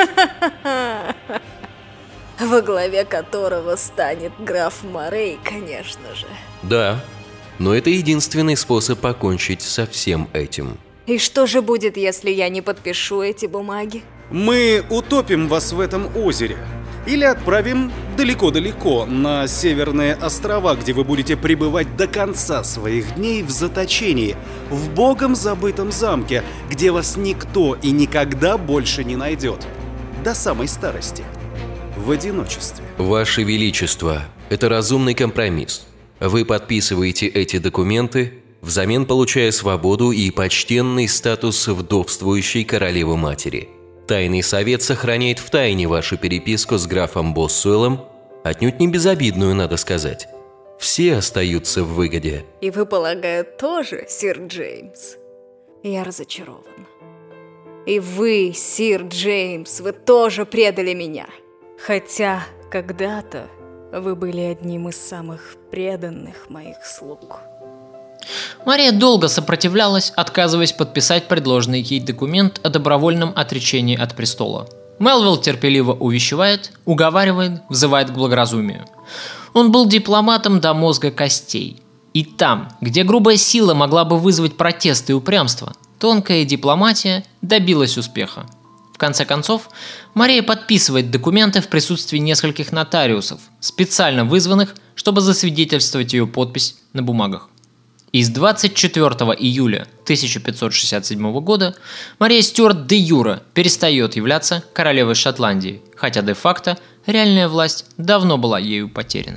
Во главе которого станет граф Морей, конечно же. Да, но это единственный способ покончить со всем этим. И что же будет, если я не подпишу эти бумаги? Мы утопим вас в этом озере. Или отправим далеко-далеко на северные острова, где вы будете пребывать до конца своих дней в заточении, в богом забытом замке, где вас никто и никогда больше не найдет. До самой старости. В одиночестве. Ваше Величество, это разумный компромисс. Вы подписываете эти документы, взамен получая свободу и почтенный статус вдовствующей королевы-матери. Тайный совет сохраняет в тайне вашу переписку с графом Босуэллом, отнюдь не безобидную, надо сказать. Все остаются в выгоде. И вы, полагаю, тоже, сир Джеймс? Я разочарован. И вы, сир Джеймс, вы тоже предали меня. Хотя когда-то вы были одним из самых преданных моих слуг. Мария долго сопротивлялась, отказываясь подписать предложенный ей документ о добровольном отречении от престола. Мелвилл терпеливо увещевает, уговаривает, взывает к благоразумию. Он был дипломатом до мозга костей. И там, где грубая сила могла бы вызвать протест и упрямство, тонкая дипломатия добилась успеха. В конце концов, Мария подписывает документы в присутствии нескольких нотариусов, специально вызванных, чтобы засвидетельствовать ее подпись на бумагах. И с 24 июля 1567 года Мария Стюарт де-юре перестает являться королевой Шотландии, хотя де-факто реальная власть давно была ею потеряна.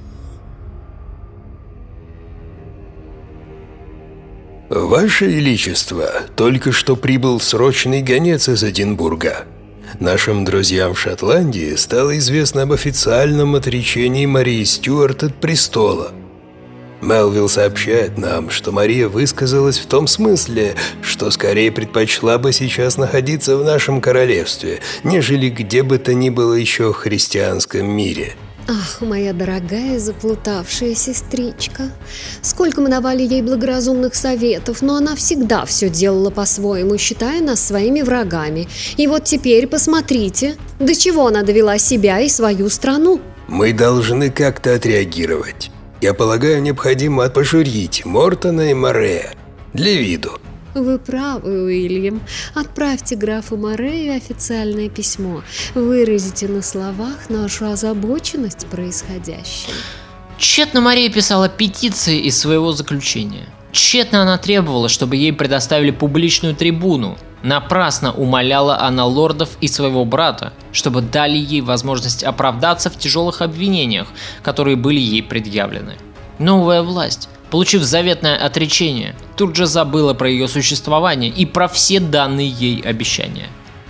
Ваше Величество, только что прибыл срочный гонец из Эдинбурга. Нашим друзьям в Шотландии стало известно об официальном отречении Марии Стюарт от престола. Мелвилл сообщает нам, что Мария высказалась в том смысле, что скорее предпочла бы сейчас находиться в нашем королевстве, нежели где бы то ни было еще в христианском мире. Ах, моя дорогая заплутавшая сестричка. Сколько мы давали ей благоразумных советов, но она всегда все делала по-своему, считая нас своими врагами. И вот теперь посмотрите, до чего она довела себя и свою страну. Мы должны как-то отреагировать. Я полагаю, необходимо пожурить Мортона и Морея. Для виду. Вы правы, Уильям. Отправьте графу Морею официальное письмо. Выразите на словах нашу озабоченность происходящим. Тщетно Мария писала петиции из своего заключения. Тщетно она требовала, чтобы ей предоставили публичную трибуну. Напрасно умоляла она лордов и своего брата, чтобы дали ей возможность оправдаться в тяжелых обвинениях, которые были ей предъявлены. Новая власть, получив заветное отречение, тут же забыла про ее существование и про все данные ей обещания.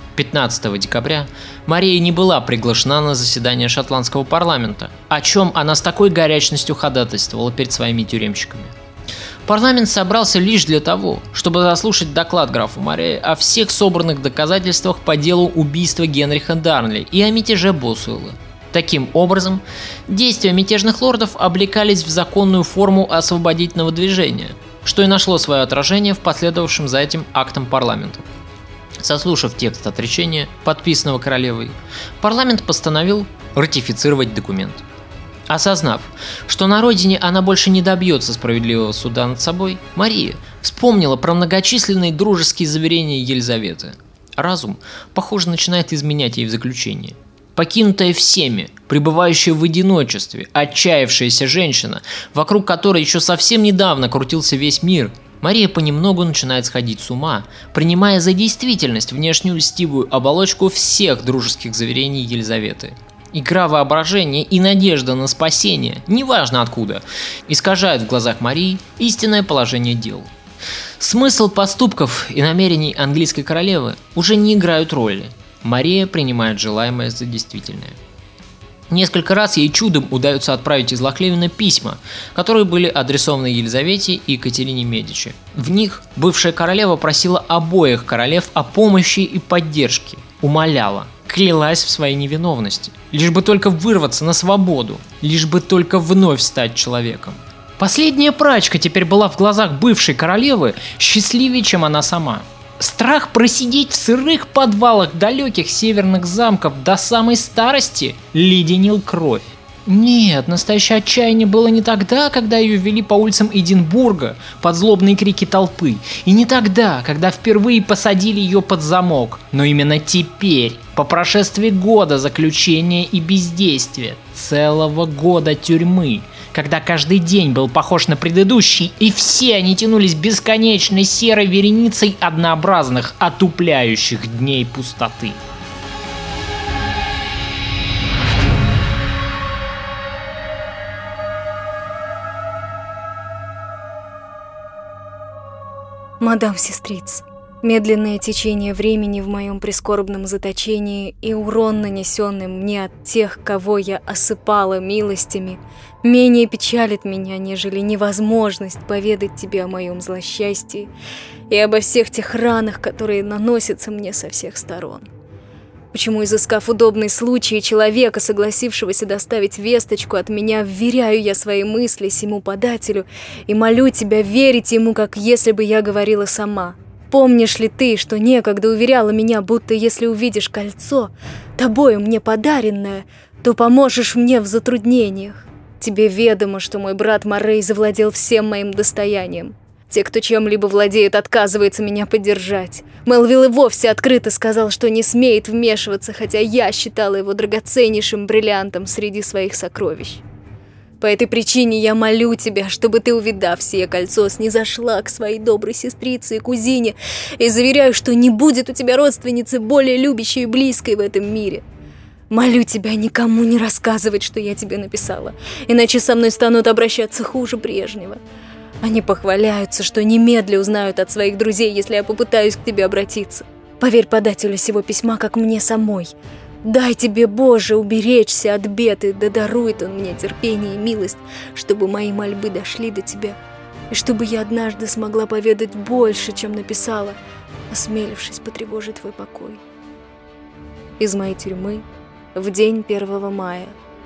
15 декабря Мария не была приглашена на заседание шотландского парламента, о чем она с такой горячностью ходатайствовала перед своими тюремщиками. Парламент собрался лишь для того, чтобы заслушать доклад графа Морея о всех собранных доказательствах по делу убийства Генриха Дарнли и о мятеже Босуэлла. Таким образом, действия мятежных лордов облекались в законную форму освободительного движения, что и нашло свое отражение в последовавшем за этим актом парламента. Сослушав текст отречения, подписанного королевой, парламент постановил ратифицировать документ. Осознав, что на родине она больше не добьется справедливого суда над собой, Мария вспомнила про многочисленные дружеские заверения Елизаветы. Разум, похоже, начинает изменять ей в заключении. Покинутая всеми, пребывающая в одиночестве, отчаявшаяся женщина, вокруг которой еще совсем недавно крутился весь мир, Мария понемногу начинает сходить с ума, принимая за действительность внешнюю льстивую оболочку всех дружеских заверений Елизаветы. Игра воображения и надежда на спасение, неважно откуда, искажают в глазах Марии истинное положение дел. Смысл поступков и намерений английской королевы уже не играют роли. Мария принимает желаемое за действительное. Несколько раз ей чудом удается отправить из Лохлевина письма, которые были адресованы Елизавете и Екатерине Медичи. В них бывшая королева просила обоих королев о помощи и поддержке, умоляла, клялась в своей невиновности, лишь бы только вырваться на свободу, лишь бы только вновь стать человеком. Последняя прачка теперь была в глазах бывшей королевы счастливее, чем она сама. Страх просидеть в сырых подвалах далеких северных замков до самой старости леденил кровь. Нет, настоящее отчаяние было не тогда, когда ее вели по улицам Эдинбурга под злобные крики толпы, и не тогда, когда впервые посадили ее под замок, но именно теперь, по прошествии года заключения и бездействия, целого года тюрьмы, когда каждый день был похож на предыдущий, и все они тянулись бесконечной серой вереницей однообразных, отупляющих дней пустоты. Мадам Сестриц, медленное течение времени в моем прискорбном заточении и урон, нанесенный мне от тех, кого я осыпала милостями, менее печалит меня, нежели невозможность поведать тебе о моем злосчастье и обо всех тех ранах, которые наносятся мне со всех сторон. Почему, изыскав удобный случай человека, согласившегося доставить весточку от меня, вверяю я свои мысли сему подателю и молю тебя верить ему, как если бы я говорила сама. Помнишь ли ты, что некогда уверяла меня, будто если увидишь кольцо, тобою мне подаренное, то поможешь мне в затруднениях? Тебе ведомо, что мой брат Морей завладел всем моим достоянием. Те, кто чем-либо владеет, отказывается меня поддержать. Мелвилл и вовсе открыто сказал, что не смеет вмешиваться, хотя я считала его драгоценнейшим бриллиантом среди своих сокровищ. По этой причине я молю тебя, чтобы ты, увидав сие кольцо, снизошла к своей доброй сестрице и кузине, и заверяю, что не будет у тебя родственницы более любящей и близкой в этом мире. Молю тебя никому не рассказывать, что я тебе написала, иначе со мной станут обращаться хуже прежнего. Они похваляются, что немедля узнают от своих друзей, если я попытаюсь к тебе обратиться. Поверь подателю сего письма, как мне самой. Дай тебе, Боже, уберечься от бед, и да дарует он мне терпение и милость, чтобы мои мольбы дошли до тебя, и чтобы я однажды смогла поведать больше, чем написала, осмелившись потревожить твой покой. Из моей тюрьмы в день 1 мая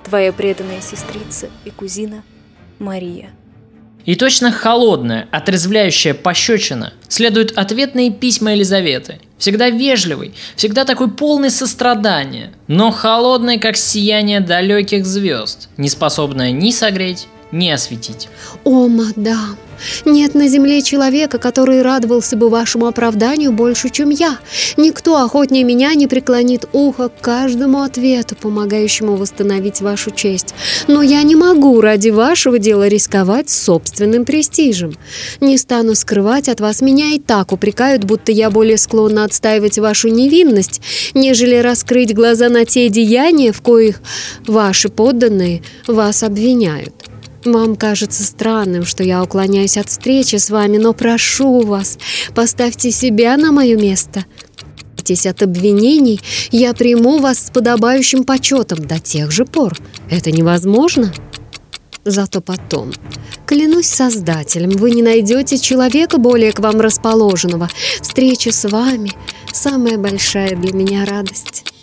Твоя преданная сестрица и кузина Мария. И точно холодная, отрезвляющая пощечина следуют ответные письма Елизаветы. Всегда вежливый, всегда такой полный сострадания, но холодный, как сияние далеких звезд, не способная ни согреть, ни осветить. О, мадам, нет на земле человека, который радовался бы вашему оправданию больше, чем я. Никто охотнее меня не преклонит ухо к каждому ответу, помогающему восстановить вашу честь. Но я не могу ради вашего дела рисковать собственным престижем. Не стану скрывать от вас, меня и так упрекают, будто я более склонна отстаивать вашу невинность, нежели раскрыть глаза на те деяния, в коих ваши подданные вас обвиняют. Вам кажется странным, что я уклоняюсь от встречи с вами, но прошу вас, поставьте себя на мое место. От обвинений, я приму вас с подобающим почетом до тех же пор. Это невозможно. Зато потом, клянусь Создателем, вы не найдете человека более к вам расположенного. Встреча с вами – самая большая для меня радость.